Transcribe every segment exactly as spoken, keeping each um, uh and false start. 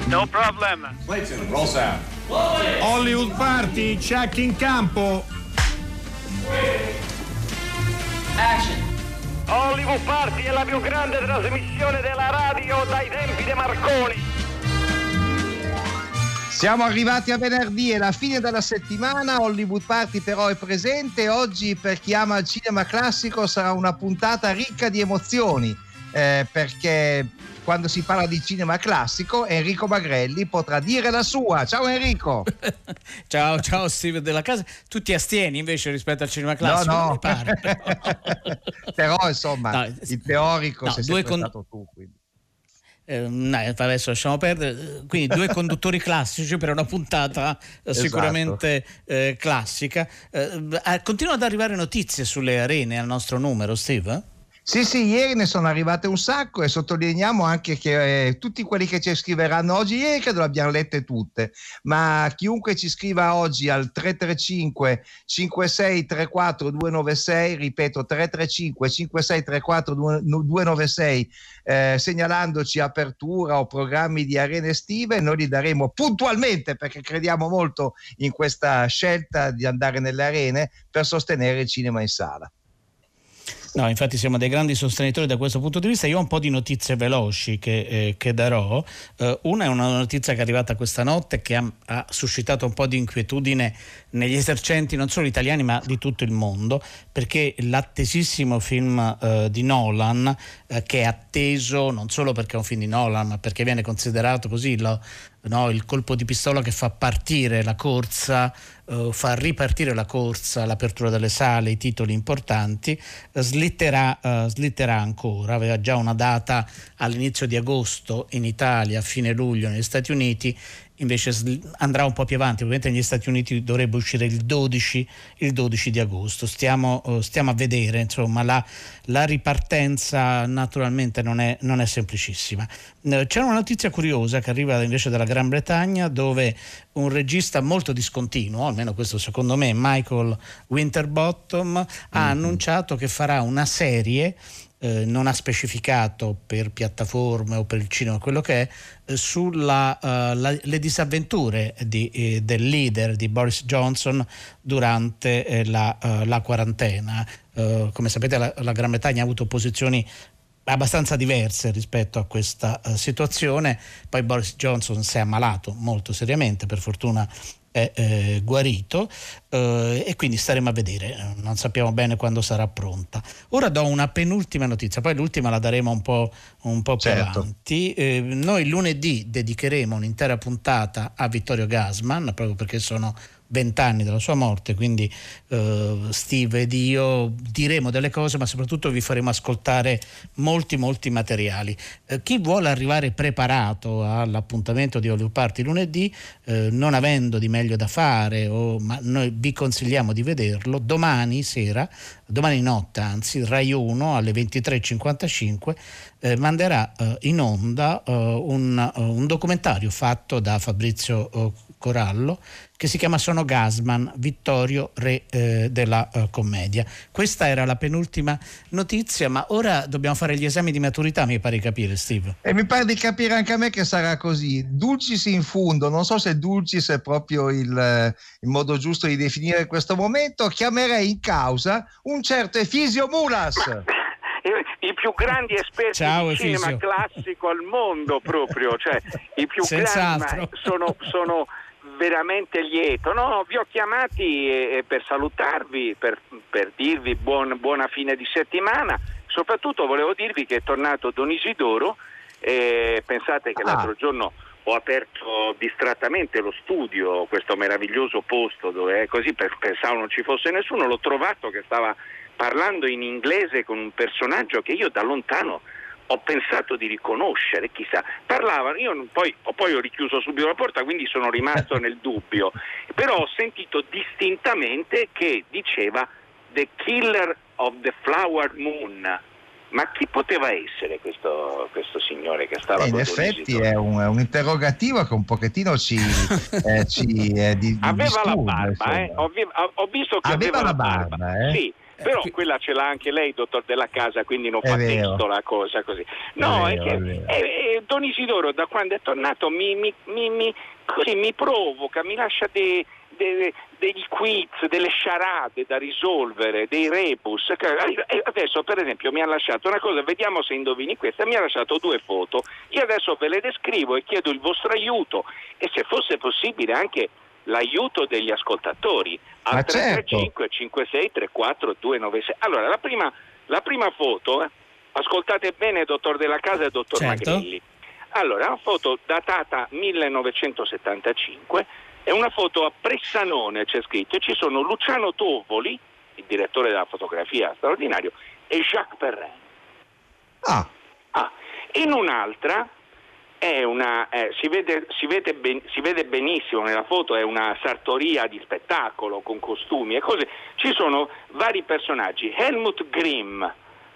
No problem. Clayton, roll sound. Hollywood Party, check in campo. Action. Hollywood Party è la più grande trasmissione della radio dai tempi di Marconi. Siamo arrivati a venerdì, è la fine della settimana. Hollywood Party però è presente. Oggi, per chi ama il cinema classico, sarà una puntata ricca di emozioni, eh, perché quando si parla di cinema classico Enrico Magrelli potrà dire la sua. Ciao Enrico. Ciao, ciao Steve della casa. Tu ti astieni invece rispetto al cinema classico? No, no. Mi pare. Però insomma, no, il teorico no, sei due sempre con... stato tu, quindi. Eh, no, adesso lasciamo perdere. Quindi due conduttori classici per una puntata eh, sicuramente esatto. eh, classica. Eh, continuano ad arrivare notizie sulle arene al nostro numero, Steve? Sì, sì, ieri ne sono arrivate un sacco e sottolineiamo anche che eh, tutti quelli che ci scriveranno oggi, ieri credo le abbiamo lette tutte, ma chiunque ci scriva oggi al tre tre cinque cinque sei tre quattro due nove sei, ripeto tre tre cinque cinque sei tre quattro due nove sei, eh, segnalandoci apertura o programmi di arene estive, noi li daremo puntualmente, perché crediamo molto in questa scelta di andare nelle arene per sostenere il cinema in sala. No, infatti siamo dei grandi sostenitori da questo punto di vista. Io ho un po' di notizie veloci che, eh, che darò. Uh, una è una notizia che è arrivata questa notte che ha, ha suscitato un po' di inquietudine negli esercenti non solo italiani ma di tutto il mondo, perché l'attesissimo film uh, di Nolan, uh, che è atteso non solo perché è un film di Nolan ma perché viene considerato così lo, no, il colpo di pistola che fa partire la corsa, uh, fa ripartire la corsa, l'apertura delle sale, i titoli importanti, uh, slitterà, uh, slitterà ancora. Aveva già una data all'inizio di agosto in Italia, a fine luglio negli Stati Uniti, invece andrà un po' più avanti. Ovviamente negli Stati Uniti dovrebbe uscire il dodici, il dodici di agosto. Stiamo, uh, stiamo a vedere, insomma, la, la ripartenza naturalmente non è, non è semplicissima. Uh, c'è una notizia curiosa che arriva invece dalla Gran Bretagna, dove un regista molto discontinuo, almeno questo secondo me, Michael Winterbottom, mm-hmm. ha annunciato che farà una serie, eh, non ha specificato per piattaforme o per il cinema quello che è, eh, sulla uh, la, le disavventure di, eh, del leader di Boris Johnson durante eh, la, uh, la quarantena. Uh, come sapete la, la Gran Bretagna ha avuto posizioni abbastanza diverse rispetto a questa uh, situazione. Poi Boris Johnson si è ammalato molto seriamente, per fortuna è eh, guarito, eh, e quindi staremo a vedere, non sappiamo bene quando sarà pronta. Ora do una penultima notizia, poi l'ultima la daremo un po', un po' più certo. avanti. Eh, noi lunedì dedicheremo un'intera puntata a Vittorio Gassman, proprio perché sono vent'anni dalla sua morte, quindi uh, Steve ed io diremo delle cose, ma soprattutto vi faremo ascoltare molti molti materiali. Uh, chi vuole arrivare preparato all'appuntamento di Hollywood Party lunedì, uh, non avendo di meglio da fare, o, ma noi vi consigliamo di vederlo domani sera, domani notte anzi, Rai uno alle ventitré e cinquantacinque eh, manderà uh, in onda uh, un, uh, un documentario fatto da Fabrizio uh, Corallo, che si chiama Sono Gassman, Vittorio re eh, della uh, commedia. Questa era la penultima notizia, ma ora dobbiamo fare gli esami di maturità, mi pare di capire, Steve. E mi pare di capire anche a me che sarà così. Dulcis in fundo, non so se dulcis è proprio il, il modo giusto di definire questo momento, chiamerei in causa un certo Efisio Mulas. I più grandi esperti Ciao, di Efisio. cinema classico al mondo, proprio, cioè i più Senz'altro. grandi, sono, sono veramente lieto. No, vi ho chiamati eh, per salutarvi, per, per dirvi buon, buona fine di settimana. Soprattutto volevo dirvi che è tornato Don Isidoro. Eh, pensate che ah. l'altro giorno ho aperto distrattamente lo studio, questo meraviglioso posto dove così pensavo non ci fosse nessuno. L'ho trovato che stava parlando in inglese con un personaggio che io da lontano ho pensato di riconoscere, chissà. Parlavano, io poi, poi ho richiuso subito la porta, quindi sono rimasto nel dubbio, però ho sentito distintamente che diceva The Killer of the Flower Moon. Ma chi poteva essere questo, questo signore che stava eh, in effetti è un, è un interrogativo che un pochettino ci, eh, ci eh, di, aveva disturba, la barba, eh? ho, ho visto che aveva, aveva la barba, barba eh? Sì, Però eh, qui... quella ce l'ha anche lei, dottor Della Casa, quindi non È fa vero. testo la cosa così. No, È è, vero, che è vero. è, è, Don Isidoro da quando è tornato mi, mi, mi, mi, così mi provoca, mi lascia dei, dei, degli quiz, delle sciarade da risolvere, dei rebus. Adesso per esempio mi ha lasciato una cosa, vediamo se indovini questa, mi ha lasciato due foto, io adesso ve le descrivo e chiedo il vostro aiuto e se fosse possibile anche l'aiuto degli ascoltatori Ma al tre tre certo. cinque cinque sei tre quattro due nove sei. Allora la prima, la prima foto, eh, ascoltate bene dottor Della Casa e dottor Certo. Magrilli. Allora, una foto datata millenovecentosettantacinque, è una foto a Bressanone, c'è scritto, e ci sono Luciano Tovoli, il direttore della fotografia straordinario, e Jacques Perrin. Ah, Ah, in un'altra è una, eh, si, vede, si, vede ben, si vede benissimo nella foto, è una sartoria di spettacolo con costumi e cose. Ci sono vari personaggi: Helmut Grimm,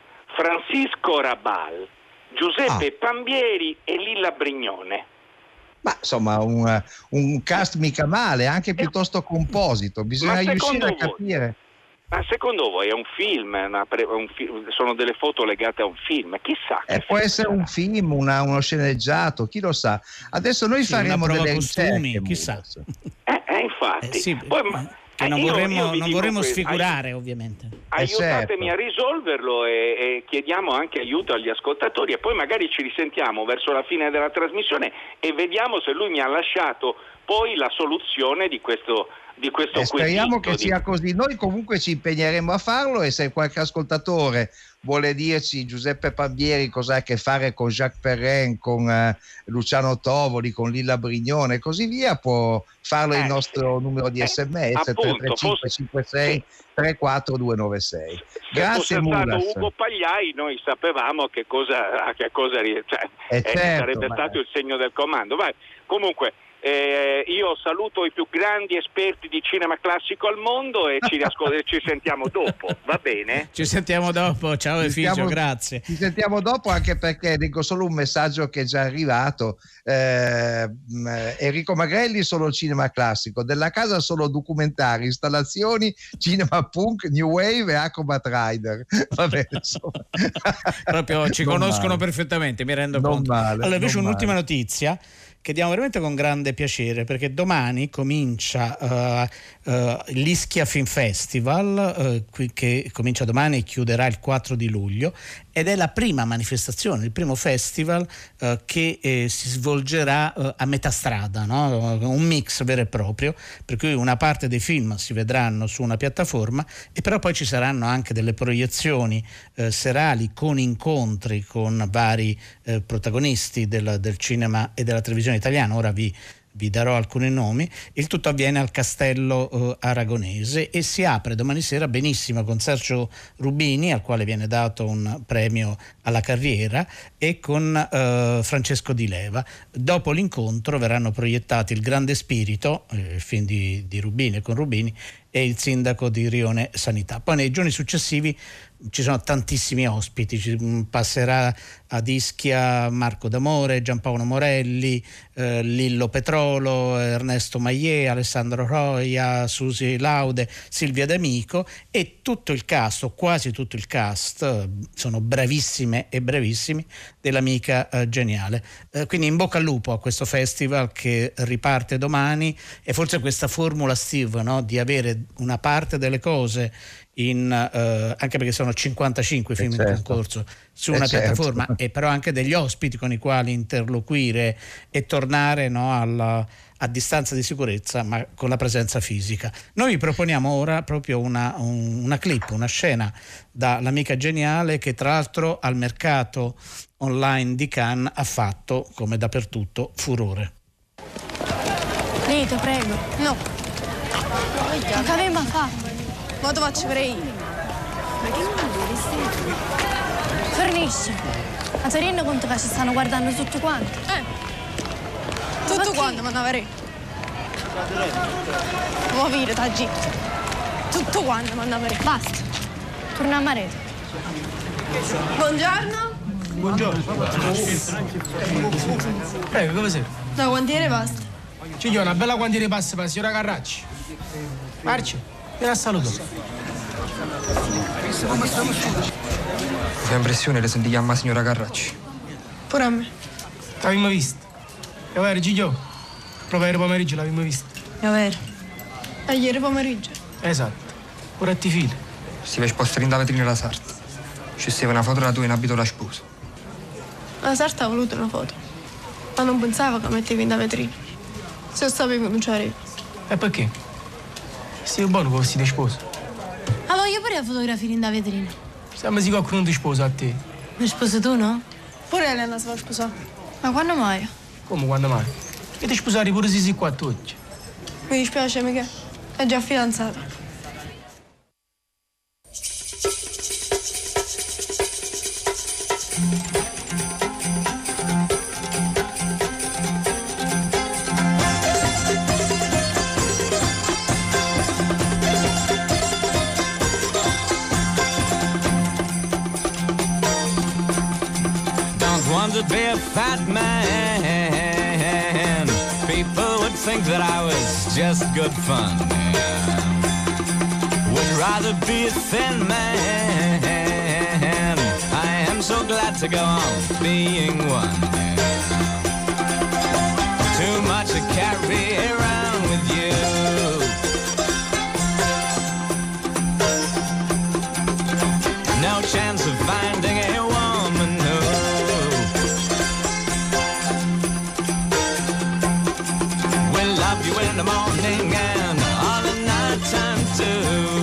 Francisco Rabal, Giuseppe Ah. Pambieri e Lilla Brignone. ma insomma un, un cast mica male, anche piuttosto composito. Bisogna Ma riuscire secondo a voi- capire. Ma secondo voi è un film, una pre- un fi- sono delle foto legate a un film? Chissà. Eh, che può film essere sarà. un film, una- uno sceneggiato, chi lo sa. Adesso noi Sì, una faremo prova delle costumi, ricerche. chissà. Mulas. Eh, eh, infatti. Eh, sì, Poi, ma- che eh, non io- vorremmo, io vi non dico vorremmo questo, sfigurare, ovviamente. aiutatemi certo. a risolverlo e, e chiediamo anche aiuto agli ascoltatori e poi magari ci risentiamo verso la fine della trasmissione e vediamo se lui mi ha lasciato poi la soluzione di questo di questo Eh, speriamo quesito, che di- sia così. Noi comunque ci impegneremo a farlo e se qualche ascoltatore vuole dirci Giuseppe Pambieri cos'ha a che fare con Jacques Perrin, con eh, Luciano Tovoli, con Lilla Brignone e così via, può farlo Eh, il nostro sì. numero di Eh, sms tre appunto, tre cinque fosse- cinque sei tre quattro due nove sei. Se Grazie fosse Mulas. stato Ugo Pagliai noi sapevamo che cosa, a che cosa ri- cioè, Eh, eh, certo, sarebbe ma- stato il segno del comando. Vai. Comunque eh, io saluto i più grandi esperti di cinema classico al mondo e ci, ascol- e ci sentiamo dopo, va bene? Ci sentiamo dopo, ciao Ci Efigio, sentiamo- grazie. Ci sentiamo dopo anche perché dico solo un messaggio che è già arrivato. Eh, mh, Enrico Magrelli solo cinema classico, Della Casa solo documentari, installazioni, cinema punk, new wave e Acrobat Rider. Vabbè, insomma. Proprio ci Non conoscono male. perfettamente, mi rendo Non conto. male, Allora, invece non un'ultima male. notizia che diamo veramente con grande piacere, perché domani comincia uh, uh, l'Ischia Film Festival, uh, qui, che comincia domani e chiuderà il quattro di luglio, ed è la prima manifestazione, il primo festival uh, che eh, si svolgerà uh, a metà strada, no? Un mix vero e proprio, per cui una parte dei film si vedranno su una piattaforma e però poi ci saranno anche delle proiezioni eh, serali con incontri con vari eh, protagonisti del, del cinema e della televisione italiana. Ora vi, vi darò alcuni nomi. Il tutto avviene al Castello eh, Aragonese e si apre domani sera benissimo con Sergio Rubini, al quale viene dato un premio alla carriera, e con eh, Francesco Di Leva. Dopo l'incontro verranno proiettati Il Grande Spirito, eh, il film di, di Rubini, con Rubini, e Il Sindaco di Rione Sanità. Poi nei giorni successivi ci sono tantissimi ospiti, ci passerà ad Ischia Marco D'Amore, Giampaolo Morelli, eh, Lillo Petrolo, Ernesto Maillet, Alessandro Roia, Susi Laude, Silvia D'Amico e tutto il cast, o quasi tutto il cast, sono bravissime e bravissimi, dell'Amica eh, Geniale. Eh, quindi in bocca al lupo a questo festival che riparte domani, e forse questa formula, Steve, no? Di avere una parte delle cose in, eh, anche perché sono cinquantacinque film Eh certo. in concorso su Eh una certo. piattaforma, e però anche degli ospiti con i quali interloquire e tornare, no, alla, a distanza di sicurezza ma con la presenza fisica. Noi vi proponiamo ora proprio una, un, una clip, una scena dall'Amica Geniale, che tra l'altro al mercato online di Cannes ha fatto, come dappertutto, furore. Rito, prego. No. Non che aveva fatto? Ma lo faccio pure io. Ma che non Fornisci. Ma ti rendi conto che ci stanno guardando tutto quanto? Eh. Tutto quanto, ma non avrei. Vuoi dire, Tagitto? Tutto quanto, ma non avrei. Basta. Torniamo a rete. Buongiorno. Buongiorno. Prego, come sei? Da quantiere basta? Ci chiede una bella quantiera di pasta per la signora Carracci. Marci, vieni a salutare. Ho l'impressione che si chiama signora Carracci. Pure a me. L'abbiamo visto. È vero, Giglio? Proprio ieri pomeriggio l'abbiamo visto. È vero. E ieri pomeriggio. Esatto. Ora ti fila. Si vede spostare in da vetrina la sarta. Ci stava una foto da tua in abito da sposa. La sarta ha voluto una foto. Ma non pensava che mettevi in da vetrina. Se lo sapevo non c'era io. E perché? Sei buono con vestiti di sposa. Ma voglio pure la fotografia in da vetrina. Sembra che qualcuno ti sposa a te. Mi sposi tu, no? Pure Elena si va a sposare. Ma quando mai? Come quando mai? E ti sposare pure se sei qua oggi. Mi dispiace, mica. È già fidanzata. To be a fat man, people would think that I was just good fun. Would rather be a thin man. I am so glad to go on being one. Too much to carry around with you. No chance of finding a woman who you in the morning and all the night time too.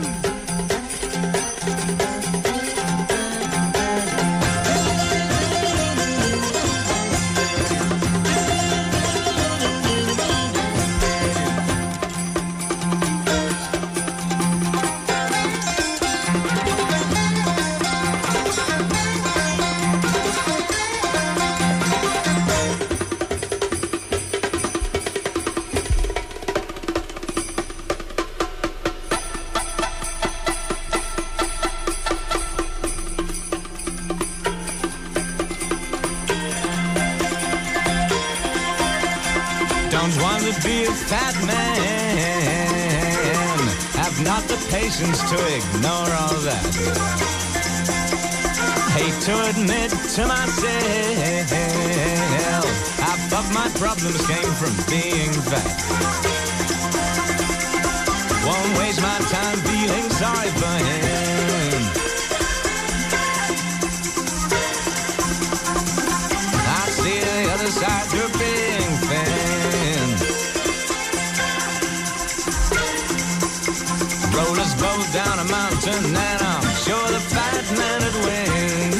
Be a fat man, have not the patience to ignore all that. Hate to admit to myself, half of my problems came from being fat. Won't waste my time feeling sorry for him. I see the other side to being thin. Rollers both down a mountain and I'm sure the fat man would win.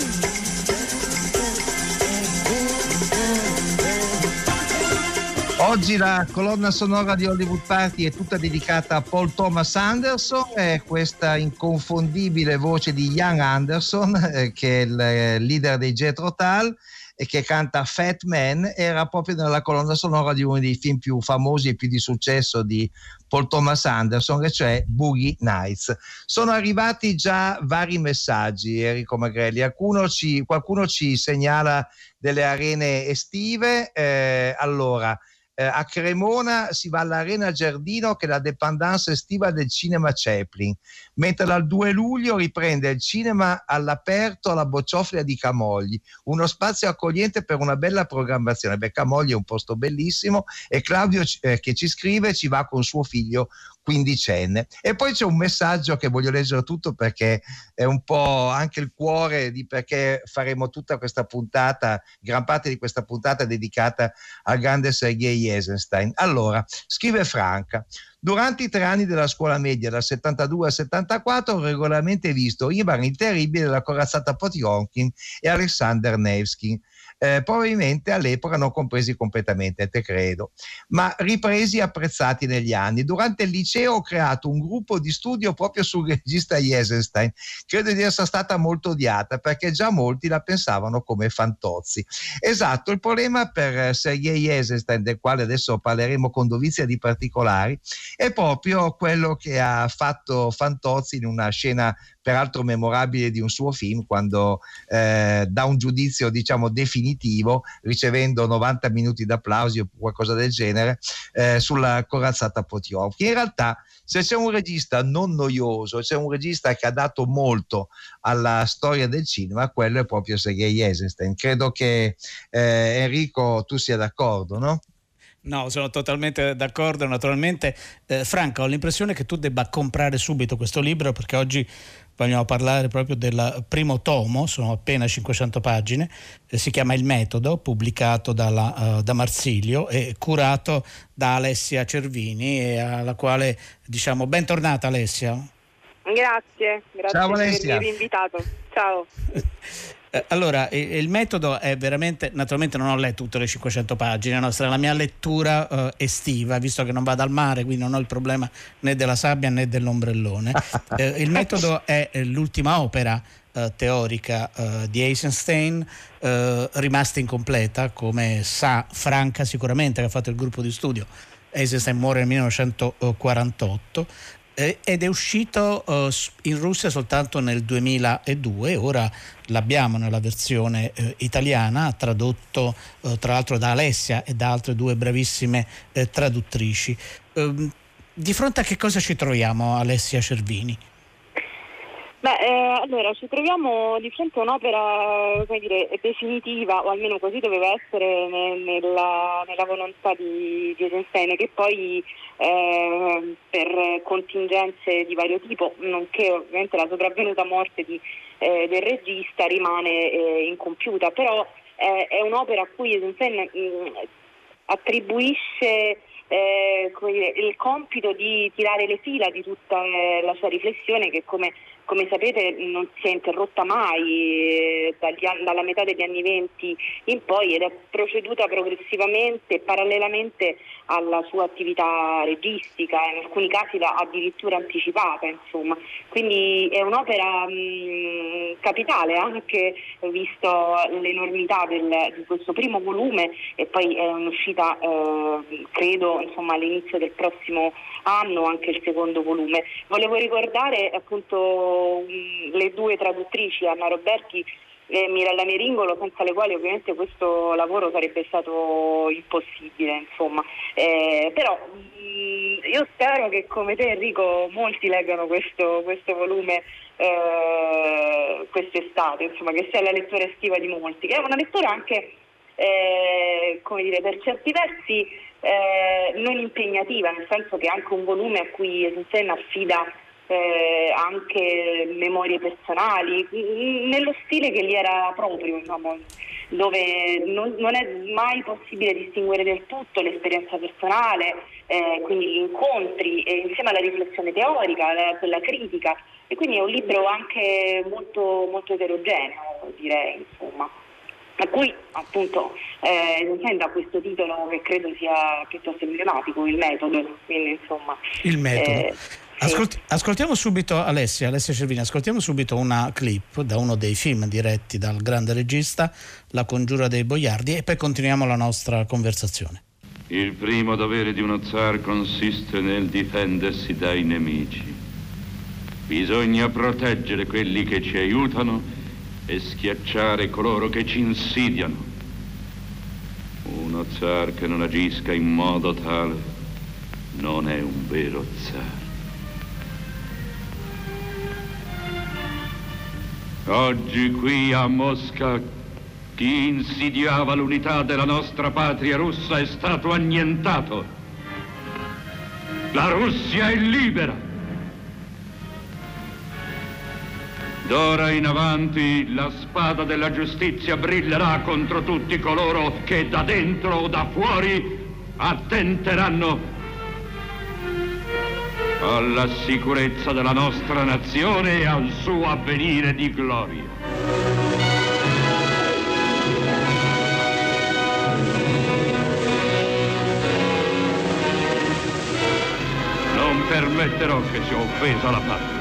Oggi la colonna sonora di Hollywood Party è tutta dedicata a Paul Thomas Anderson e questa inconfondibile voce di Ian Anderson, eh, che è il leader dei Jethro Tull e che canta Fat Man, era proprio nella colonna sonora di uno dei film più famosi e più di successo di Paul Thomas Anderson, e cioè Boogie Nights. Sono arrivati già vari messaggi, Enrico Magrelli. Qualcuno ci, qualcuno ci segnala delle arene estive. Eh, allora, eh, a Cremona si va all'Arena Giardino, che è la dépendance estiva del cinema Chaplin, mentre dal due luglio riprende il cinema all'aperto alla Bocciofila di Camogli, uno spazio accogliente per una bella programmazione. Beh, Camogli è un posto bellissimo e Claudio eh, che ci scrive ci va con suo figlio quindicenne. E poi c'è un messaggio che voglio leggere tutto perché è un po' anche il cuore di perché faremo tutta questa puntata, gran parte di questa puntata dedicata al grande Sergei Eisenstein. Allora, scrive Franca: durante i tre anni della scuola media dal settantadue al settantaquattro ho regolarmente visto Ivan il Terribile, la corazzata Potionkin e Alexander Nevsky. Eh, probabilmente all'epoca non compresi completamente, te credo, ma ripresi e apprezzati negli anni. Durante il liceo ho creato un gruppo di studio proprio sul regista Eisenstein. Credo di essere stata molto odiata perché già molti la pensavano come Fantozzi. Esatto, il problema per Sergei Eisenstein, del quale adesso parleremo con dovizia di particolari, è proprio quello che ha fatto Fantozzi in una scena peraltro memorabile di un suo film, quando eh, dà un giudizio diciamo definitivo, ricevendo novanta minuti d'applausi o qualcosa del genere, eh, sulla corazzata Potjomkin. In realtà, se c'è un regista non noioso, c'è un regista che ha dato molto alla storia del cinema, quello è proprio Sergei Eisenstein. Credo che eh, Enrico tu sia d'accordo, no? No, sono totalmente d'accordo. Naturalmente, eh, Franca, ho l'impressione che tu debba comprare subito questo libro, perché oggi vogliamo parlare proprio del primo tomo, sono appena cinquecento pagine, eh, si chiama Il Metodo, pubblicato dalla, uh, da Marsilio e curato da Alessia Cervini, e alla quale diciamo bentornata Alessia. Grazie, grazie Ciao, per Alessia. avermi invitato. Ciao. Allora, il metodo è veramente, naturalmente non ho letto tutte le cinquecento pagine, no? Sarà la mia lettura uh, estiva, visto che non vado al mare, quindi non ho il problema né della sabbia né dell'ombrellone. eh, il metodo è l'ultima opera uh, teorica uh, di Eisenstein, uh, rimasta incompleta, come sa Franca sicuramente, che ha fatto il gruppo di studio. Eisenstein muore nel millenovecentoquarantotto. Ed è uscito uh, in Russia soltanto nel duemiladue, ora l'abbiamo nella versione uh, italiana, tradotto uh, tra l'altro da Alessia e da altre due bravissime uh, traduttrici. Uh, di fronte a che cosa ci troviamo, Alessia Cervini? Beh, eh, allora ci troviamo di fronte a un'opera, come dire, definitiva, o almeno così doveva essere ne, nella, nella volontà di, di Eisenstein, che poi eh, per contingenze di vario tipo, nonché ovviamente la sopravvenuta morte di, eh, del regista, rimane eh, incompiuta. Però eh, è un'opera a cui Eisenstein mh, attribuisce eh, come dire, il compito di tirare le fila di tutta eh, la sua riflessione, che come Come sapete non si è interrotta mai dagli, dalla metà degli anni venti in poi, ed è proceduta progressivamente, parallelamente alla sua attività registica, in alcuni casi addirittura anticipata, insomma. Quindi è un'opera mh, capitale, anche visto l'enormità del, di questo primo volume, e poi è un'uscita eh, credo insomma all'inizio del prossimo anno anche il secondo volume. Volevo ricordare appunto le due traduttrici, Anna Roberti e Mirella Meringolo, senza le quali ovviamente questo lavoro sarebbe stato impossibile, insomma. Eh, però mh, io spero che come te, Enrico, molti leggano questo, questo volume eh, quest'estate, insomma, che sia la lettura estiva di molti, che è una lettura anche eh, come dire, per certi versi eh, non impegnativa, nel senso che è anche un volume a cui Eisenstein affida Eh, anche memorie personali, nello stile che gli era proprio, diciamo, dove non, non è mai possibile distinguere del tutto l'esperienza personale, eh, quindi gli incontri, eh, insieme alla riflessione teorica, la, quella critica, e quindi è un libro anche molto, molto eterogeneo, direi, insomma, a cui appunto eh, da questo titolo che credo sia piuttosto emblematico, Il Metodo, quindi insomma Il Metodo. Eh, Ascolti, ascoltiamo subito Alessia, Alessia Cervini, ascoltiamo subito una clip da uno dei film diretti dal grande regista, La congiura dei boiardi, e poi continuiamo la nostra conversazione. Il primo dovere di uno zar consiste nel difendersi dai nemici. Bisogna proteggere quelli che ci aiutano e schiacciare coloro che ci insidiano. Uno zar che non agisca in modo tale non è un vero zar. Oggi qui a Mosca chi insidiava l'unità della nostra patria russa è stato annientato. La Russia è libera. D'ora in avanti la spada della giustizia brillerà contro tutti coloro che da dentro o da fuori attenteranno alla sicurezza della nostra nazione e al suo avvenire di gloria. Non permetterò che sia offesa la patria.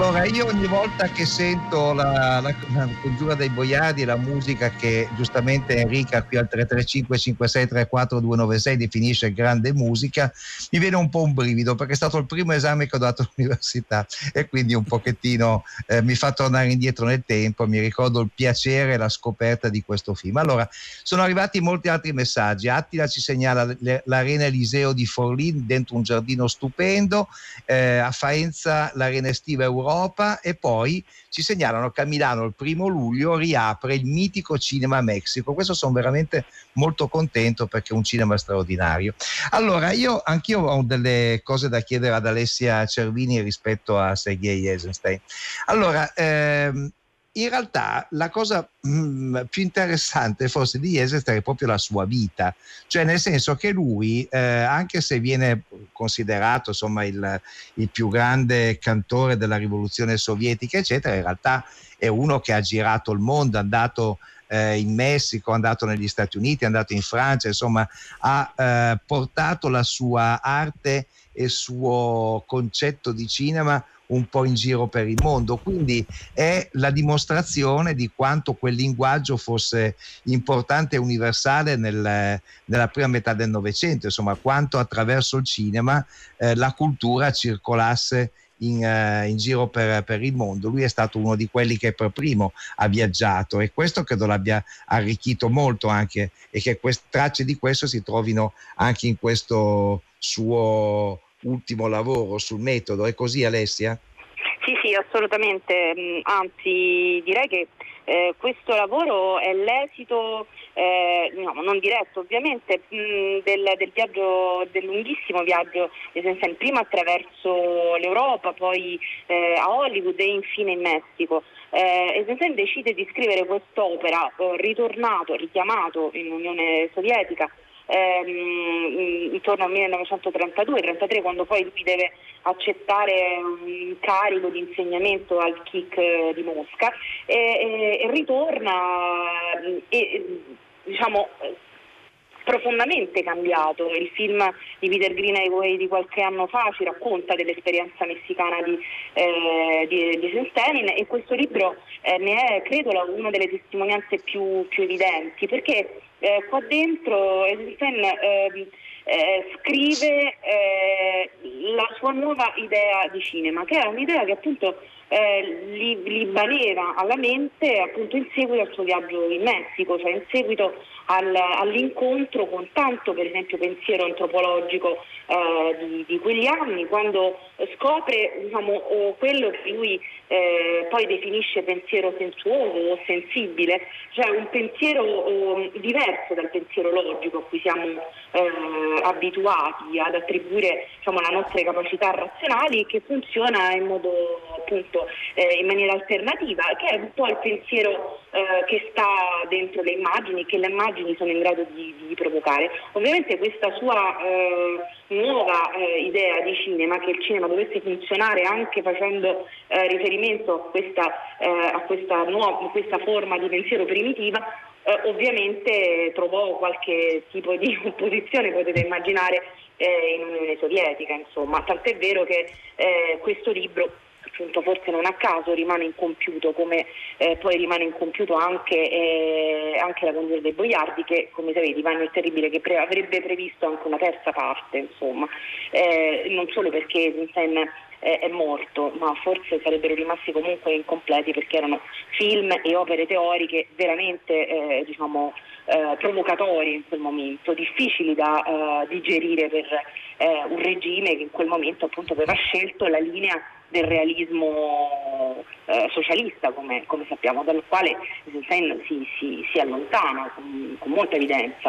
Allora, io ogni volta che sento la, la, la congiura dei boiardi e la musica che giustamente Enrica qui al tre tre cinque cinque sei tre quattro due nove sei definisce grande musica, mi viene un po' un brivido, perché è stato il primo esame che ho dato all'università e quindi un pochettino eh, mi fa tornare indietro nel tempo, mi ricordo il piacere e la scoperta di questo film. Allora, sono arrivati molti altri messaggi. Attila ci segnala le, l'Arena Eliseo di Forlì, dentro un giardino stupendo, eh, a Faenza l'Arena Estiva Europa, e poi ci segnalano che a Milano il primo luglio riapre il mitico Cinema Mexico. Questo sono veramente molto contento, perché è un cinema straordinario. Allora, io anch'io ho delle cose da chiedere ad Alessia Cervini rispetto a Sergei Eisenstein. Allora, ehm, in realtà la cosa mh, più interessante forse di Eisenstein è proprio la sua vita, cioè nel senso che lui, eh, anche se viene considerato insomma il, il più grande cantore della rivoluzione sovietica eccetera, in realtà è uno che ha girato il mondo, è andato eh, in Messico, è andato negli Stati Uniti, è andato in Francia, insomma ha eh, portato la sua arte e il suo concetto di cinema un po' in giro per il mondo, quindi è la dimostrazione di quanto quel linguaggio fosse importante e universale nel, nella prima metà del Novecento, insomma quanto attraverso il cinema eh, la cultura circolasse in, uh, in giro per, per il mondo. Lui è stato uno di quelli che per primo ha viaggiato, e questo credo l'abbia arricchito molto anche, e che quest- tracce di questo si trovino anche in questo suo ultimo lavoro sul metodo. È così, Alessia? Sì, sì, assolutamente, anzi direi che eh, questo lavoro è l'esito, eh, no, non diretto ovviamente, mh, del, del viaggio, del lunghissimo viaggio di Eisenstein, prima attraverso l'Europa, poi eh, a Hollywood e infine in Messico. Eh, Eisenstein decide di scrivere quest'opera, eh, ritornato, richiamato in Unione Sovietica, Ehm, intorno al millenovecentotrentadue trentatré, quando poi lui deve accettare un incarico di insegnamento al K I C di Mosca, e, e, e ritorna e, diciamo profondamente cambiato. Il film di Peter Greenaway di qualche anno fa ci racconta dell'esperienza messicana di, eh, di, di Eisenstein, e questo libro eh, ne è, credo, una delle testimonianze più, più evidenti, perché eh, qua dentro Eisenstein eh, eh, scrive eh, la sua nuova idea di cinema, che è un'idea che appunto eh, gli, gli balena alla mente appunto in seguito al suo viaggio in Messico, cioè in seguito al, all'incontro con tanto, per esempio, pensiero antropologico eh, di, di quegli anni, quando scopre, diciamo, quello che lui eh, poi definisce pensiero sensuoso o sensibile, cioè un pensiero oh, diverso dal pensiero logico a cui siamo eh, abituati ad attribuire, diciamo, le nostre capacità razionali, che funziona in modo appunto eh, in maniera alternativa, che è un po' il pensiero eh, che sta dentro le immagini, che le immagini sono in grado di, di provocare. Ovviamente questa sua eh, nuova eh, idea di cinema, che il cinema dovesse funzionare anche facendo eh, riferimento a questa, eh, a questa nuova, questa forma di pensiero primitiva, eh, ovviamente trovò qualche tipo di opposizione, potete immaginare, eh, in Unione Sovietica, insomma, tant'è vero che eh, questo libro, appunto, forse non a caso rimane incompiuto, come eh, poi rimane incompiuto anche, eh, anche La congiura dei boiardi, che, come sapete, Ivano il Terribile, che pre- avrebbe previsto anche una terza parte, insomma, eh, non solo perché Eisenstein eh, è morto, ma forse sarebbero rimasti comunque incompleti, perché erano film e opere teoriche veramente eh, diciamo eh, provocatori in quel momento, difficili da eh, digerire per eh, un regime che in quel momento appunto aveva scelto la linea del realismo eh, socialista, come, come sappiamo, dal quale Eisenstein si, si, si allontana con, con molta evidenza.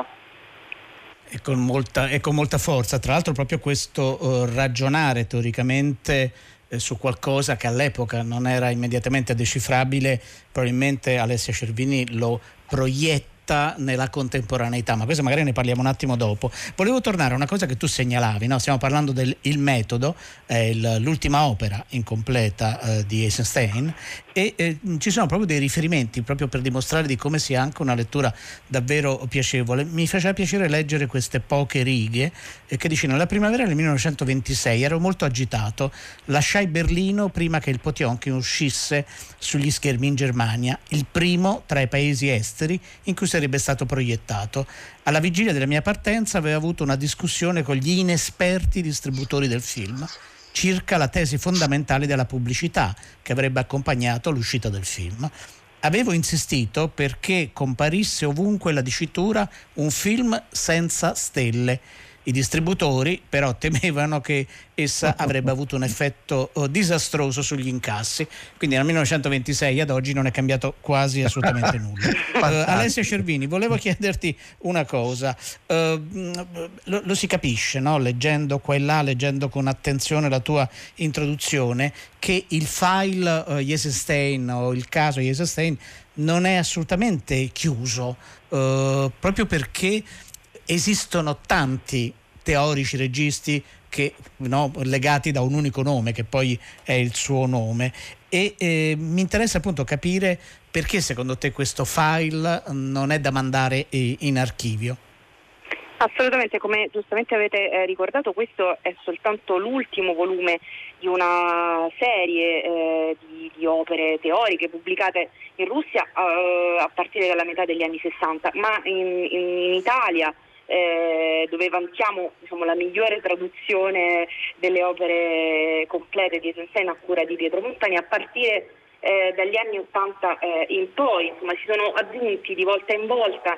E con molta, e con molta forza. Tra l'altro proprio questo uh, ragionare teoricamente eh, su qualcosa che all'epoca non era immediatamente decifrabile, probabilmente Alessia Cervini lo proietta fatta nella contemporaneità, ma questo magari ne parliamo un attimo dopo. Volevo tornare a una cosa che tu segnalavi, no? Stiamo parlando del Il Metodo, eh, il, l'ultima opera incompleta eh, di Eisenstein, e eh, ci sono proprio dei riferimenti proprio per dimostrare di come sia anche una lettura davvero piacevole. Mi faceva piacere leggere queste poche righe eh, che dice: nella primavera del millenovecentoventisei ero molto agitato, lasciai Berlino prima che il Potionkin uscisse sugli schermi in Germania, il primo tra i paesi esteri in cui sarebbe stato proiettato. Alla vigilia della mia partenza avevo avuto una discussione con gli inesperti distributori del film circa la tesi fondamentale della pubblicità che avrebbe accompagnato l'uscita del film. Avevo insistito perché comparisse ovunque la dicitura un film senza stelle. I distributori però temevano che essa avrebbe avuto un effetto oh, disastroso sugli incassi, quindi dal millenovecentoventisei ad oggi non è cambiato quasi assolutamente nulla. uh, Alessia Cervini, volevo chiederti una cosa. Uh, lo, lo si capisce, no? Leggendo qua e là, leggendo con attenzione la tua introduzione, che il file uh, Eisenstein o il caso Eisenstein non è assolutamente chiuso, uh, proprio perché esistono tanti teorici registi che, no, legati da un unico nome che poi è il suo nome, e eh, mi interessa appunto capire perché secondo te questo file non è da mandare in archivio. Assolutamente, come giustamente avete eh, ricordato, questo è soltanto l'ultimo volume di una serie eh, di, di opere teoriche pubblicate in Russia eh, a partire dalla metà degli anni sessanta, ma in, in, in Italia, Eh, dove vantiamo, diciamo, la migliore traduzione delle opere complete di Eisenstein a cura di Pietro Montani, a partire eh, dagli anni ottanta eh, in poi. Insomma, si sono aggiunti di volta in volta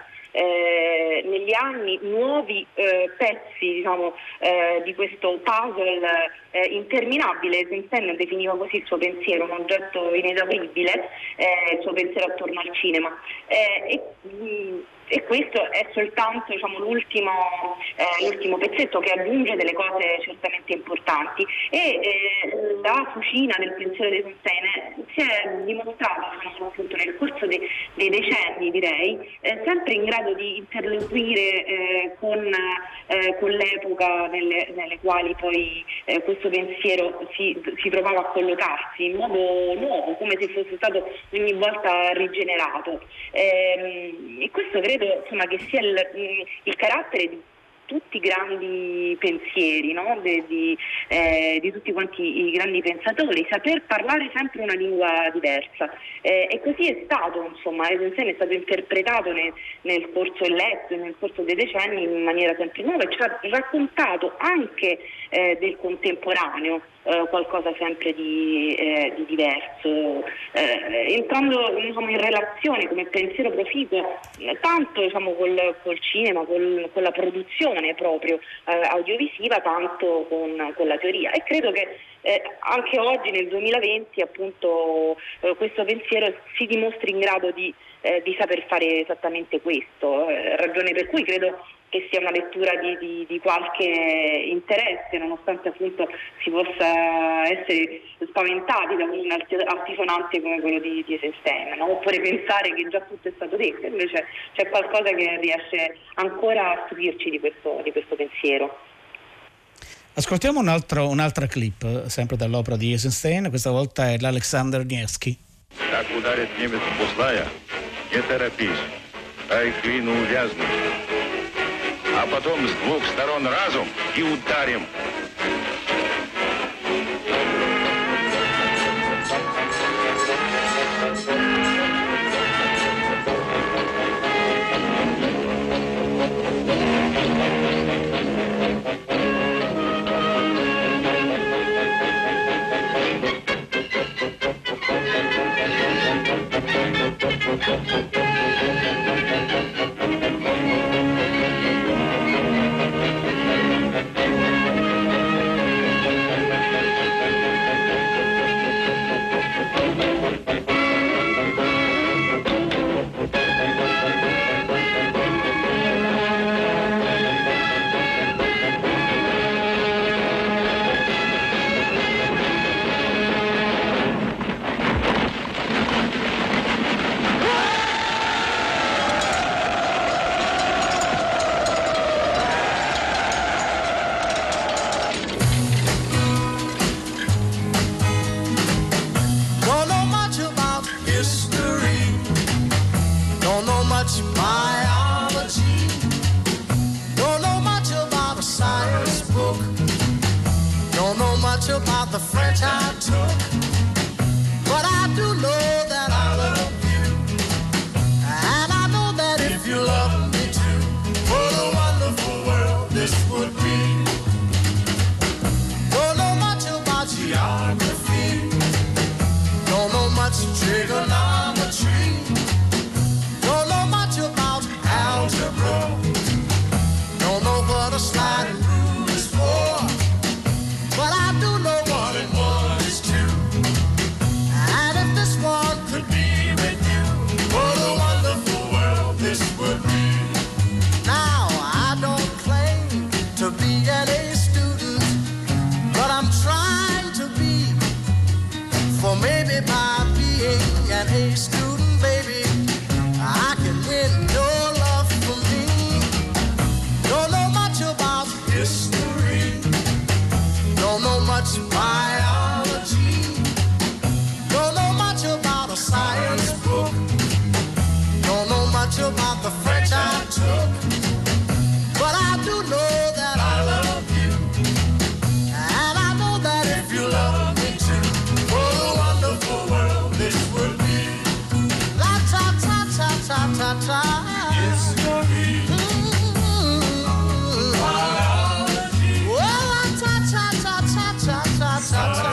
eh, negli anni nuovi eh, pezzi, diciamo, eh, di questo puzzle eh, interminabile. Eisenstein definiva così il suo pensiero, un oggetto inesauribile, eh, il suo pensiero attorno al cinema. Eh, e, mh, E questo è soltanto, diciamo, l'ultimo, eh, l'ultimo pezzetto che aggiunge delle cose certamente importanti, e eh, la fucina del pensiero di Eisenstein si è dimostrata, diciamo, appunto nel corso de, dei decenni, direi, eh, sempre in grado di interloquire eh, con, eh, con l'epoca nelle, nelle quali poi eh, questo pensiero si, si trovava a collocarsi in modo nuovo, come se fosse stato ogni volta rigenerato. Eh, e questo credo, insomma, che sia il, il carattere di tutti i grandi pensieri, no? de, di, eh, di tutti quanti i grandi pensatori, saper parlare sempre una lingua diversa, eh, e così è stato. Insomma, Eisenstein è stato interpretato nel, nel corso e letto nel corso dei decenni in maniera sempre nuova, e ci ha raccontato anche eh, del contemporaneo eh, qualcosa sempre di, eh, di diverso, eh, entrando, diciamo, in relazione come pensiero proficuo tanto, diciamo, col, col cinema, col, con la produzione proprio eh, audiovisiva, tanto con, con la teoria. E credo che eh, anche oggi nel duemilaventi, appunto, eh, questo pensiero si dimostri in grado di, eh, di saper fare esattamente questo, eh, ragione per cui credo che sia una lettura di, di, di qualche interesse, nonostante appunto si possa essere spaventati da un altisonante come quello di, di Eisenstein, no? Oppure pensare che già tutto è stato detto. Invece c'è qualcosa che riesce ancora a stupirci di questo, di questo pensiero. Ascoltiamo un altro, un'altra clip, sempre dall'opera di Eisenstein, questa volta è l'Alexander Невский. Как ударит немец пустая, не торопись, дай клину увязнуть. А потом с двух сторон разом и ударим. French I took. But I do know that I love you, and I know that if you love me too, what a wonderful world this would be. Don't know much about geography, don't know much trigonometry, don't know much about algebra, don't know what a sliding rule is for, but I do know one and one is two. And if this one could be with you, what a wonderful world this would be. Now I don't claim to be an A student, but I'm trying to be. For maybe by being an A student, baby, I can win your love for me. Don't know much about history, don't know much biology, don't know much about a science book, don't know much about the French I took, but I do know that I love you, and I know that if you love me too, what a wonderful world this would be. La ta ta ta ta ta ta. History, biology, well, la ta ta ta ta ta ta ta ta.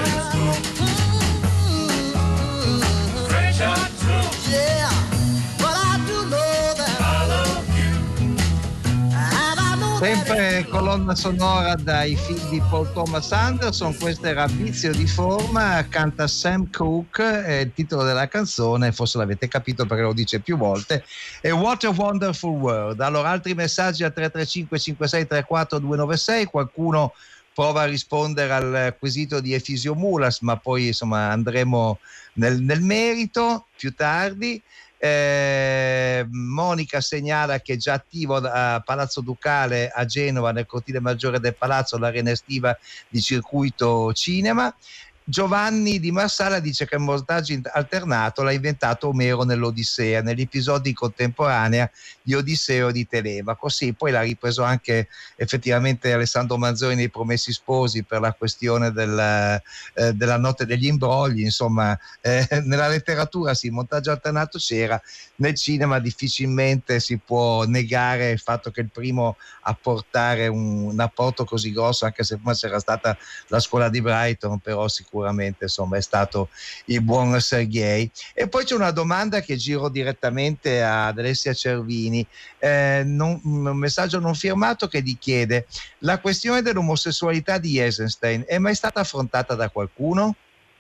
French I took, yeah, but I do know that I love you, and I know that Sempre colonna sonora dai film di Paul Thomas Anderson, questo era Vizio di forma, canta Sam Cooke, e il titolo della canzone, forse l'avete capito perché lo dice più volte, è What a Wonderful World. Allora, altri messaggi al tre tre cinque cinque sei tre quattro due nove sei, qualcuno prova a rispondere al quesito di Efisio Mulas, ma poi insomma andremo nel, nel merito più tardi. Eh, Monica segnala che è già attivo a Palazzo Ducale a Genova, nel cortile maggiore del palazzo, l'arena estiva di Circuito Cinema. Giovanni di Marsala dice che il montaggio alternato l'ha inventato Omero nell'Odissea, negli episodi contemporanea di Odisseo e di Telemaco. Sì, poi l'ha ripreso anche effettivamente Alessandro Manzoni nei Promessi Sposi per la questione del, eh, della notte degli imbrogli. Insomma, eh, nella letteratura sì, il montaggio alternato c'era, nel cinema difficilmente si può negare il fatto che il primo a portare un, un apporto così grosso, anche se prima c'era stata la scuola di Brighton, però sicuramente insomma è stato il buon Sergei. E poi c'è una domanda che giro direttamente ad Alessia Cervini, eh, non, un messaggio non firmato che gli chiede: la questione dell'omosessualità di Eisenstein è mai stata affrontata da qualcuno?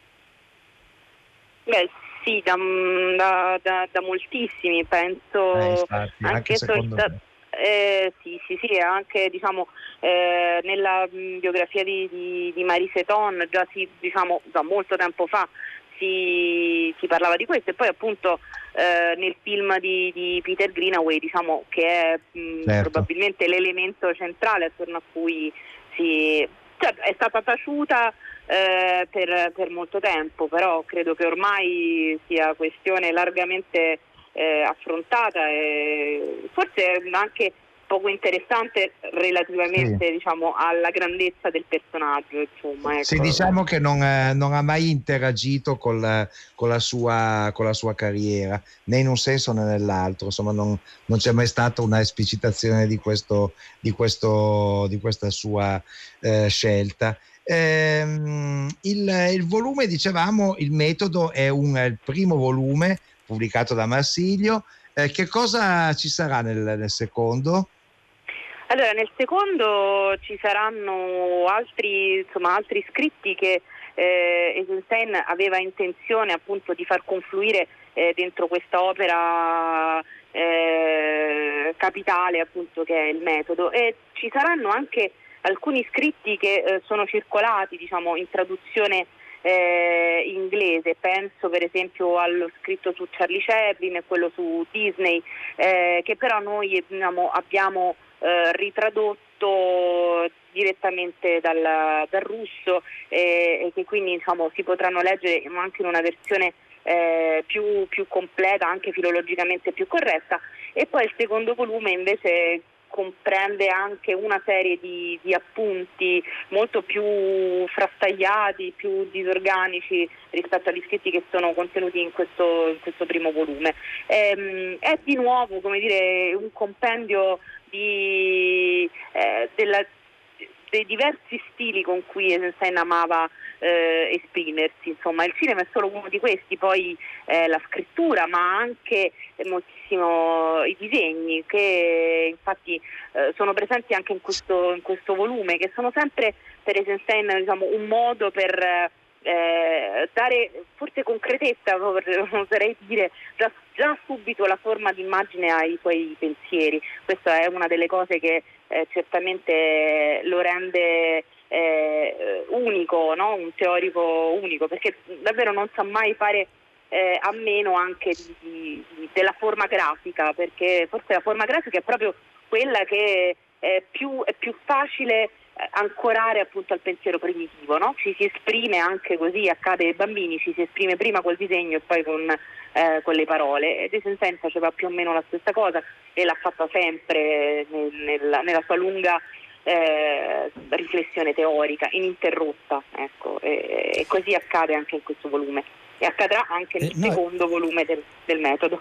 Beh sì, da, da, da, da moltissimi, penso, eh, infatti, anche, anche secondo solita- me. Eh, sì, sì, sì, anche diciamo eh, nella mh, biografia di, di, di Marie Seton già si, diciamo, da molto tempo fa si, si parlava di questo, e poi appunto eh, nel film di, di Peter Greenaway, diciamo, che è mh, certo. probabilmente l'elemento centrale attorno a cui si, cioè, è stata taciuta eh, per, per molto tempo, però credo che ormai sia questione largamente Eh, affrontata e forse anche poco interessante relativamente sì. diciamo alla grandezza del personaggio, insomma, ecco. Sì, diciamo che non, eh, non ha mai interagito con la, con la sua con la sua carriera, né in un senso né nell'altro, insomma non, non c'è mai stata una esplicitazione di questo di questo di questa sua eh, scelta. Ehm, il, il volume, dicevamo, il metodo è un è il primo volume pubblicato da Marsilio. Eh, che cosa ci sarà nel, nel secondo? Allora, nel secondo ci saranno altri, insomma, altri scritti che eh, Eisenstein aveva intenzione appunto di far confluire eh, dentro questa opera eh, capitale, appunto, che è il metodo, e ci saranno anche alcuni scritti che eh, sono circolati, diciamo, in traduzione Eh, inglese. Penso per esempio allo scritto su Charlie Chaplin e quello su Disney, eh, che però noi diciamo, abbiamo eh, ritradotto direttamente dal, dal russo eh, e che quindi diciamo, si potranno leggere anche in una versione eh, più, più completa, anche filologicamente più corretta. E poi il secondo volume invece comprende anche una serie di, di appunti molto più frastagliati, più disorganici rispetto agli scritti che sono contenuti in questo, in questo primo volume. Ehm, è di nuovo, come dire, un compendio di, eh, della, dei diversi stili con cui Eisenstein amava eh, esprimersi. Insomma, il cinema è solo uno di questi, poi eh, la scrittura, ma anche moltissimo i disegni, che infatti eh, sono presenti anche in questo, in questo volume, che sono sempre per Eisenstein, diciamo, un modo per eh, dare forse concretezza, oserei dire, già, già subito la forma d'immagine ai suoi pensieri. Questa è una delle cose che eh, certamente lo rende eh, unico, no? Un teorico unico, perché davvero non sa mai fare eh, a meno anche di, di, della forma grafica, perché forse la forma grafica è proprio quella che è più, è più facile ancorare appunto al pensiero primitivo, no? Ci si esprime anche così, accade ai bambini, ci si esprime prima col disegno e poi con, eh, con le parole, ed Eisenstein faceva più o meno la stessa cosa e l'ha fatta sempre nel, nella, nella sua lunga eh, riflessione teorica ininterrotta, ecco, e, e così accade anche in questo volume e accadrà anche nel eh, no. secondo volume del, del metodo,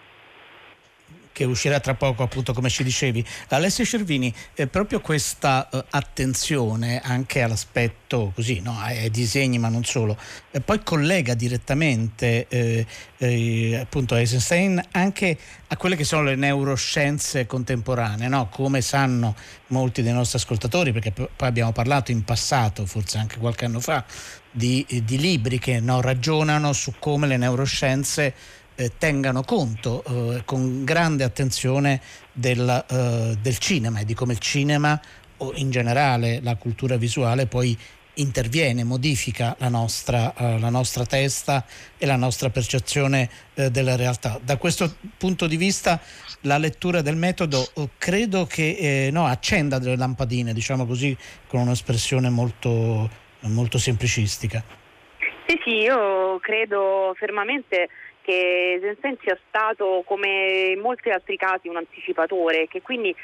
che uscirà tra poco, appunto, come ci dicevi. Alessia Cervini, eh, proprio questa eh, attenzione anche all'aspetto così, no, ai, ai disegni, ma non solo, e poi collega direttamente eh, eh, appunto Eisenstein anche a quelle che sono le neuroscienze contemporanee, no? Come sanno molti dei nostri ascoltatori, perché poi abbiamo parlato in passato, forse anche qualche anno fa, di, di libri che no, ragionano su come le neuroscienze Eh, tengano conto eh, con grande attenzione del, eh, del cinema e di come il cinema o in generale la cultura visuale poi interviene, modifica la nostra, eh, la nostra testa e la nostra percezione eh, della realtà. Da questo punto di vista la lettura del metodo eh, credo che eh, no, accenda delle lampadine, diciamo così, con un'espressione molto, molto semplicistica. Sì, sì, io credo fermamente che Eisenstein sia stato, come in molti altri casi, un anticipatore, che quindi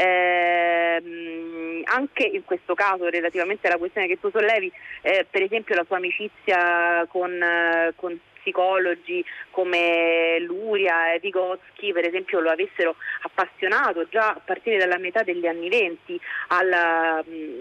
ehm, anche in questo caso, relativamente alla questione che tu sollevi, eh, per esempio la sua amicizia con, eh, con psicologi come Luria e Vygotsky, per esempio, lo avessero appassionato già a partire dalla metà degli anni venti alla,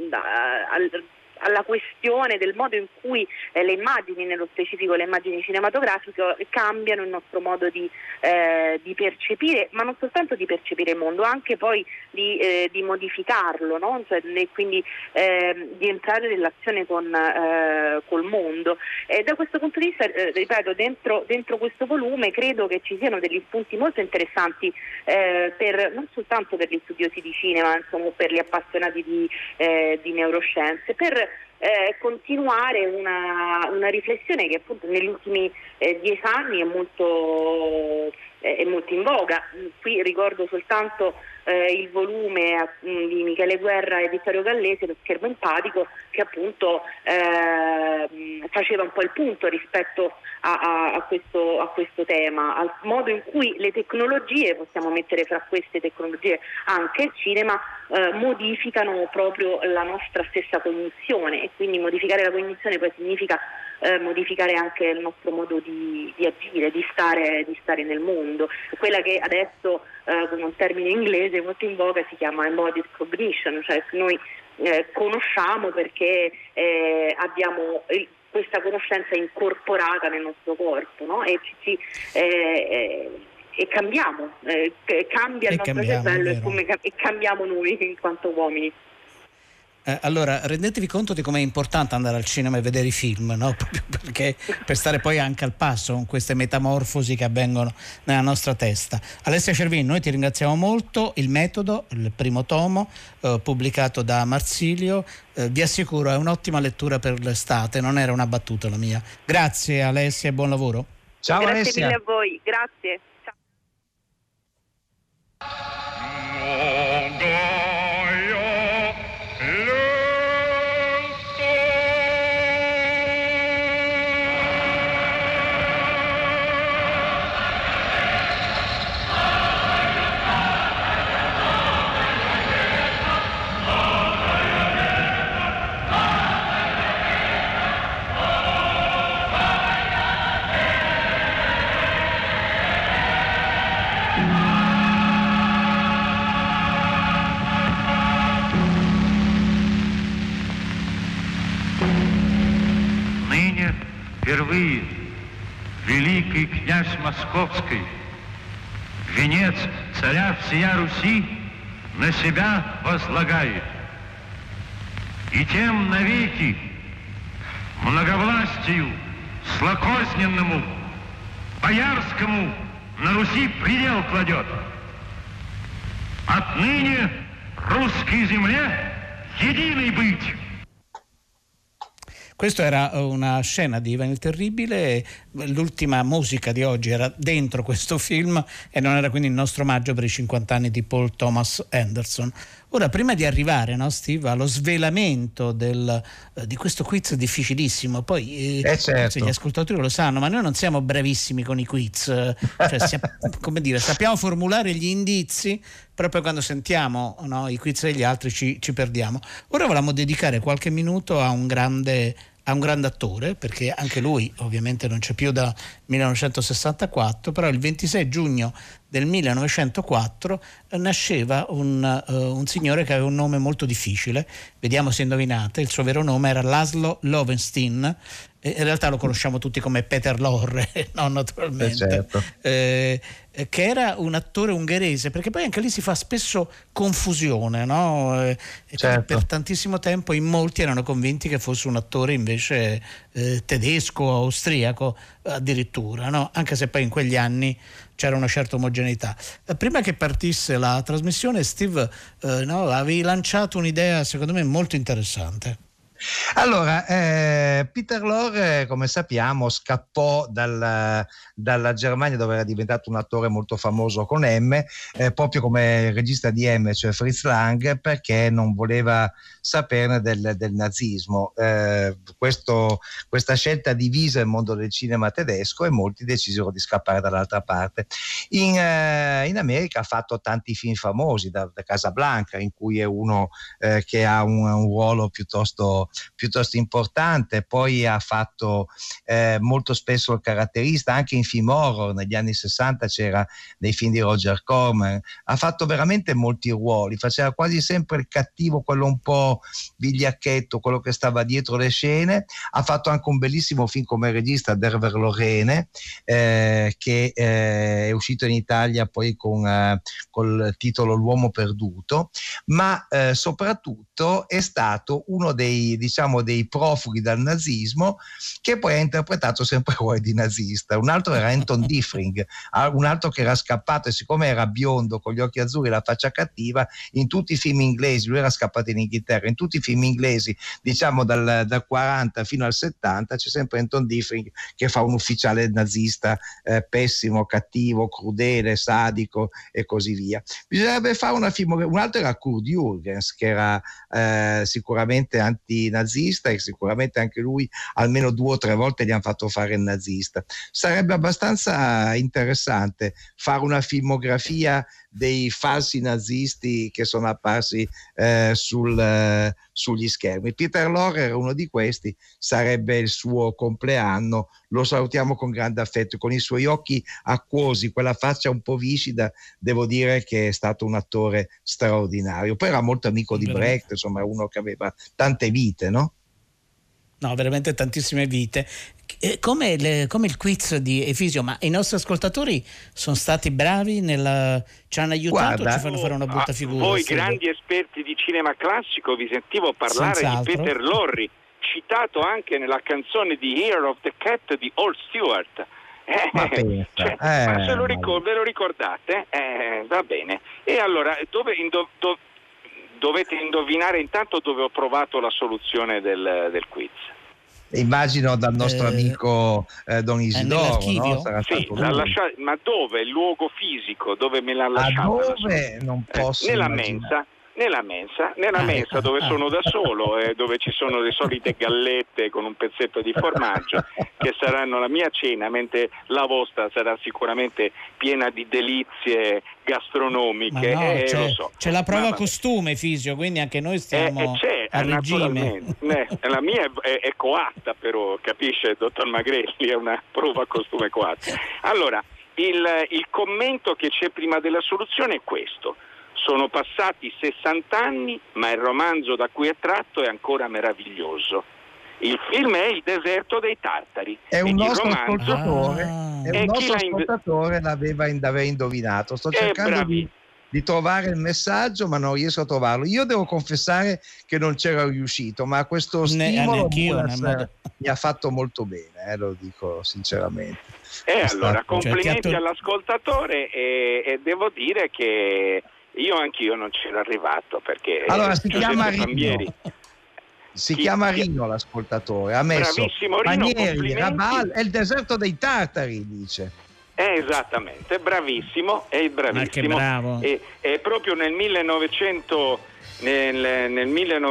al alla questione del modo in cui eh, le immagini, nello specifico le immagini cinematografiche, cambiano il nostro modo di, eh, di percepire, ma non soltanto di percepire il mondo, anche poi di, eh, di modificarlo, no? Cioè, e quindi eh, di entrare in relazione con eh, col mondo. E da questo punto di vista, eh, ripeto, dentro, dentro questo volume credo che ci siano degli spunti molto interessanti eh, per, non soltanto per gli studiosi di cinema, insomma, per gli appassionati di, eh, di neuroscienze, per Eh, continuare una, una riflessione che appunto negli ultimi eh, dieci anni è molto, eh, è molto in voga. Qui ricordo soltanto eh, il volume mh, di Michele Guerra e Vittorio Gallese, Lo schermo empatico, che appunto eh, faceva un po' il punto rispetto a, a, a, questo, a questo tema, al modo in cui le tecnologie, possiamo mettere fra queste tecnologie anche il cinema, eh, modificano proprio la nostra stessa cognizione, e quindi modificare la cognizione poi significa eh, modificare anche il nostro modo di, di agire, di stare, di stare nel mondo. Quella che adesso eh, con un termine inglese molto in voga si chiama embodied cognition, cioè noi eh, conosciamo perché eh, abbiamo il, questa conoscenza incorporata nel nostro corpo, no? E ci, ci eh, e cambiamo, eh, cambia il nostro cervello e, come, e cambiamo noi in quanto uomini. Eh, allora, rendetevi conto di com'è importante andare al cinema e vedere i film, no? Proprio perché per stare poi anche al passo con queste metamorfosi che avvengono nella nostra testa. Alessia Cervini, noi ti ringraziamo molto. Il metodo, il primo tomo, eh, pubblicato da Marsilio, eh, vi assicuro è un'ottima lettura per l'estate, non era una battuta la mia. Grazie Alessia e buon lavoro. Ciao Grazie Alessia. mille a voi, grazie. Ciao. великий князь Московский, венец царя всея Руси на себя возлагает. И тем навеки многовластию злокозненному боярскому на Руси предел кладет. Отныне русской земле единой быть. Questa era una scena di Ivan il Terribile, l'ultima musica di oggi era dentro questo film e non era quindi il nostro omaggio per i cinquanta anni di Paul Thomas Anderson. Ora, prima di arrivare, no, Steve, allo svelamento del, eh, di questo quiz difficilissimo, poi eh, eh certo. gli ascoltatori lo sanno, ma noi non siamo bravissimi con i quiz, eh, cioè, siamo, come dire, sappiamo formulare gli indizi, però poi quando sentiamo, no, i quiz degli altri ci, ci perdiamo. Ora volevamo dedicare qualche minuto a un grande a un grande attore, perché anche lui ovviamente non c'è più da millenovecentosessantaquattro, però il ventisei giugno del millenovecentoquattro eh, nasceva un, uh, un signore che aveva un nome molto difficile, vediamo se indovinate, il suo vero nome era Laszlo Lovenstein, eh, in realtà lo conosciamo tutti come Peter Lorre, no, naturalmente, eh certo. eh, che era un attore ungherese, perché poi anche lì si fa spesso confusione, no? Eh, certo. Per tantissimo tempo in molti erano convinti che fosse un attore invece eh, tedesco o austriaco addirittura, no? Anche se poi in quegli anni c'era una certa omogeneità. Eh, prima che partisse la trasmissione, Steve, eh, no, avevi lanciato un'idea secondo me molto interessante. Allora, eh, Peter Lorre, come sappiamo, scappò dal, dalla Germania, dove era diventato un attore molto famoso con M, eh, proprio come regista di M, cioè Fritz Lang, perché non voleva saperne del, del nazismo. Eh, questo, questa scelta divise il mondo del cinema tedesco e molti decisero di scappare dall'altra parte. In, eh, in America ha fatto tanti film famosi, da, da Casablanca, in cui è uno eh, che ha un, un ruolo piuttosto piuttosto importante, poi ha fatto eh, molto spesso il caratterista anche in film horror. Negli anni sessanta c'era nei film di Roger Corman, ha fatto veramente molti ruoli, faceva quasi sempre il cattivo, quello un po' vigliacchetto, quello che stava dietro le scene. Ha fatto anche un bellissimo film come regista, Der Verlorene, eh, che eh, è uscito in Italia poi con eh, col titolo L'uomo perduto, ma eh, soprattutto è stato uno dei, diciamo, dei profughi dal nazismo, che poi ha interpretato sempre ruoli di nazista. Un altro era Anton Diffring, un altro che era scappato, e siccome era biondo con gli occhi azzurri e la faccia cattiva, in tutti i film inglesi, lui era scappato in Inghilterra, in tutti i film inglesi, diciamo dal, dal quaranta fino al settanta, c'è sempre Anton Diffring che fa un ufficiale nazista eh, pessimo, cattivo, crudele, sadico e così via. Bisognerebbe fare una film. Un altro era Kurt Jürgens, che era eh, sicuramente antinazista, e sicuramente anche lui almeno due o tre volte gli hanno fatto fare il nazista. Sarebbe abbastanza interessante fare una filmografia dei falsi nazisti che sono apparsi eh, sul, eh, sugli schermi. Peter Lorre era uno di questi, sarebbe il suo compleanno, lo salutiamo con grande affetto, con i suoi occhi acquosi, quella faccia un po' viscida. Devo dire che è stato un attore straordinario, poi era molto amico di Brecht, insomma uno che aveva tante vite, no? No, veramente tantissime vite. Come, le, come il quiz di Efisio, ma i nostri ascoltatori sono stati bravi, nella, ci hanno aiutato. Guarda, o ci fanno fare una brutta figura? Voi grandi esperti di cinema classico, vi sentivo parlare Senz'altro. di Peter Lorre, citato anche nella canzone di Year of the Cat di Old Stewart. Eh, ma, cioè, eh, ma se lo ricor- ve lo ricordate? Eh, va bene. E allora dove indo- do- dovete indovinare intanto dove ho trovato la soluzione del, del quiz. Immagino dal nostro eh, amico eh, Don Isidoro, no? Sarà sì, l'ha lasciato, ma dove? Il luogo fisico, dove me l'ha lasciato? A dove? Non posso eh, nella immaginare. mensa. Nella mensa, nella mensa dove sono da solo e eh, dove ci sono le solite gallette con un pezzetto di formaggio che saranno la mia cena, mentre la vostra sarà sicuramente piena di delizie gastronomiche. No, eh, c'è, lo so. c'è la prova ma, costume, Fisio, quindi anche noi stiamo eh, c'è, a regime. Eh, la mia è, è coatta, però, capisce, dottor Magrelli, è una prova costume coatta. Allora, il, il commento che c'è prima della soluzione è questo. Sono passati sessanta anni, ma il romanzo da cui è tratto è ancora meraviglioso. Il film è Il deserto dei tartari. È un e nostro il romanzo, ascoltatore. e no. E un nostro ascoltatore l'aveva l'aveva indovinato. Sto cercando di, di trovare il messaggio, ma non riesco a trovarlo. Io devo confessare che non c'ero riuscito, ma questo stimolo Mulas, modo... mi ha fatto molto bene, eh, lo dico sinceramente. E È allora, stato... complimenti cioè, all'ascoltatore e, e devo dire che io anch'io non c'ero arrivato perché allora si chiama Rino. Si Chi, chiama chi... Rino l'ascoltatore, ha messo Bravissimo Rino, Panieri, Raval, è il deserto dei tartari, dice. Eh, esattamente, bravissimo, è bravissimo. Ma che bravo. E, e proprio nel millenovecento nel, nel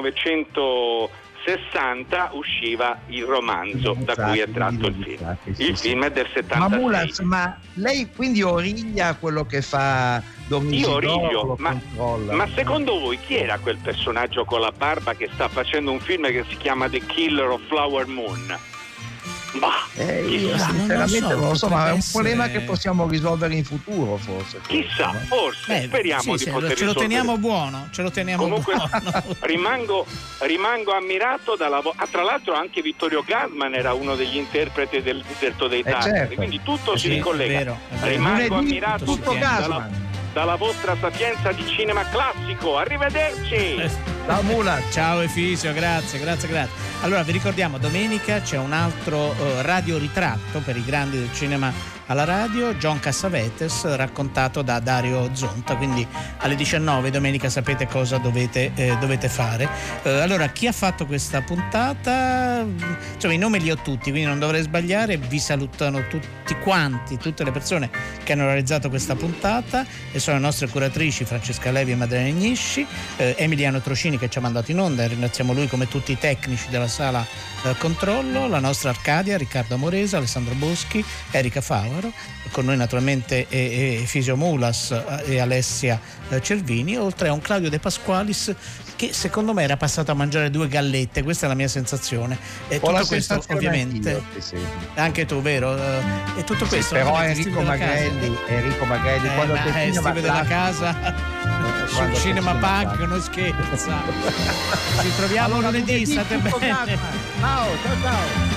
millenovecentosessanta usciva il romanzo da cui è tratto il film. Il film è del settantasei. Ma Mulas, ma lei quindi origlia quello che fa Io Domenico? origlio, ma, ma secondo voi chi era quel personaggio con la barba che sta facendo un film che si chiama The Killer of Flower Moon? Bah, eh, io chissà, sinceramente non lo so, non lo so ma è un essere... problema che possiamo risolvere in futuro forse. Chissà, questo, forse, Beh, speriamo sì, di sì, poter ce lo risolvere. teniamo buono, ce lo teniamo Comunque, buono. rimango, rimango ammirato dalla voce. Ah, tra l'altro anche Vittorio Gassman era uno degli interpreti del deserto dei Eh, tartari, certo. quindi tutto Eh, si sì, ricollega. è vero, è vero. Rimango Lunedì, ammirato tutto dalla, Gassman. dalla vostra sapienza di cinema classico. Arrivederci. Ciao Mulas. Ciao Efisio, grazie, grazie, grazie. Allora vi ricordiamo, domenica c'è un altro uh, radioritratto per i grandi del cinema alla radio, John Cassavetes, raccontato da Dario Zonta, quindi alle diciannove domenica sapete cosa dovete, eh, dovete fare. Eh, allora, chi ha fatto questa puntata? Insomma, i nomi li ho tutti, quindi non dovrei sbagliare. Vi salutano tutti quanti, tutte le persone che hanno realizzato questa puntata, e sono le nostre curatrici Francesca Levi e Madeleine Ignisci, eh, Emiliano Trocini che ci ha mandato in onda, e ringraziamo lui come tutti i tecnici della sala eh, controllo, la nostra Arcadia, Riccardo Amoresa, Alessandro Boschi, Erika Favaro, con noi naturalmente e, e Fisio Mulas e Alessia eh, Cervini, oltre a un Claudio De Pasqualis che secondo me era passato a mangiare due gallette, questa è la mia sensazione. E Ho la tutto questo sensazione ovviamente anch'io, sì, sì. anche tu, vero? Eh, e tutto Sì, questo però naturalmente Enrico Steve della Magrelli, casa. Enrico Magrelli Eh, quando ma c'è è cinema Steve della classico- casa sul quando c'è cinema cinema punk non scherza. Ci troviamo Allora, lunedì, lunedì state tutto bene. Gassman. Ciao, ciao, ciao.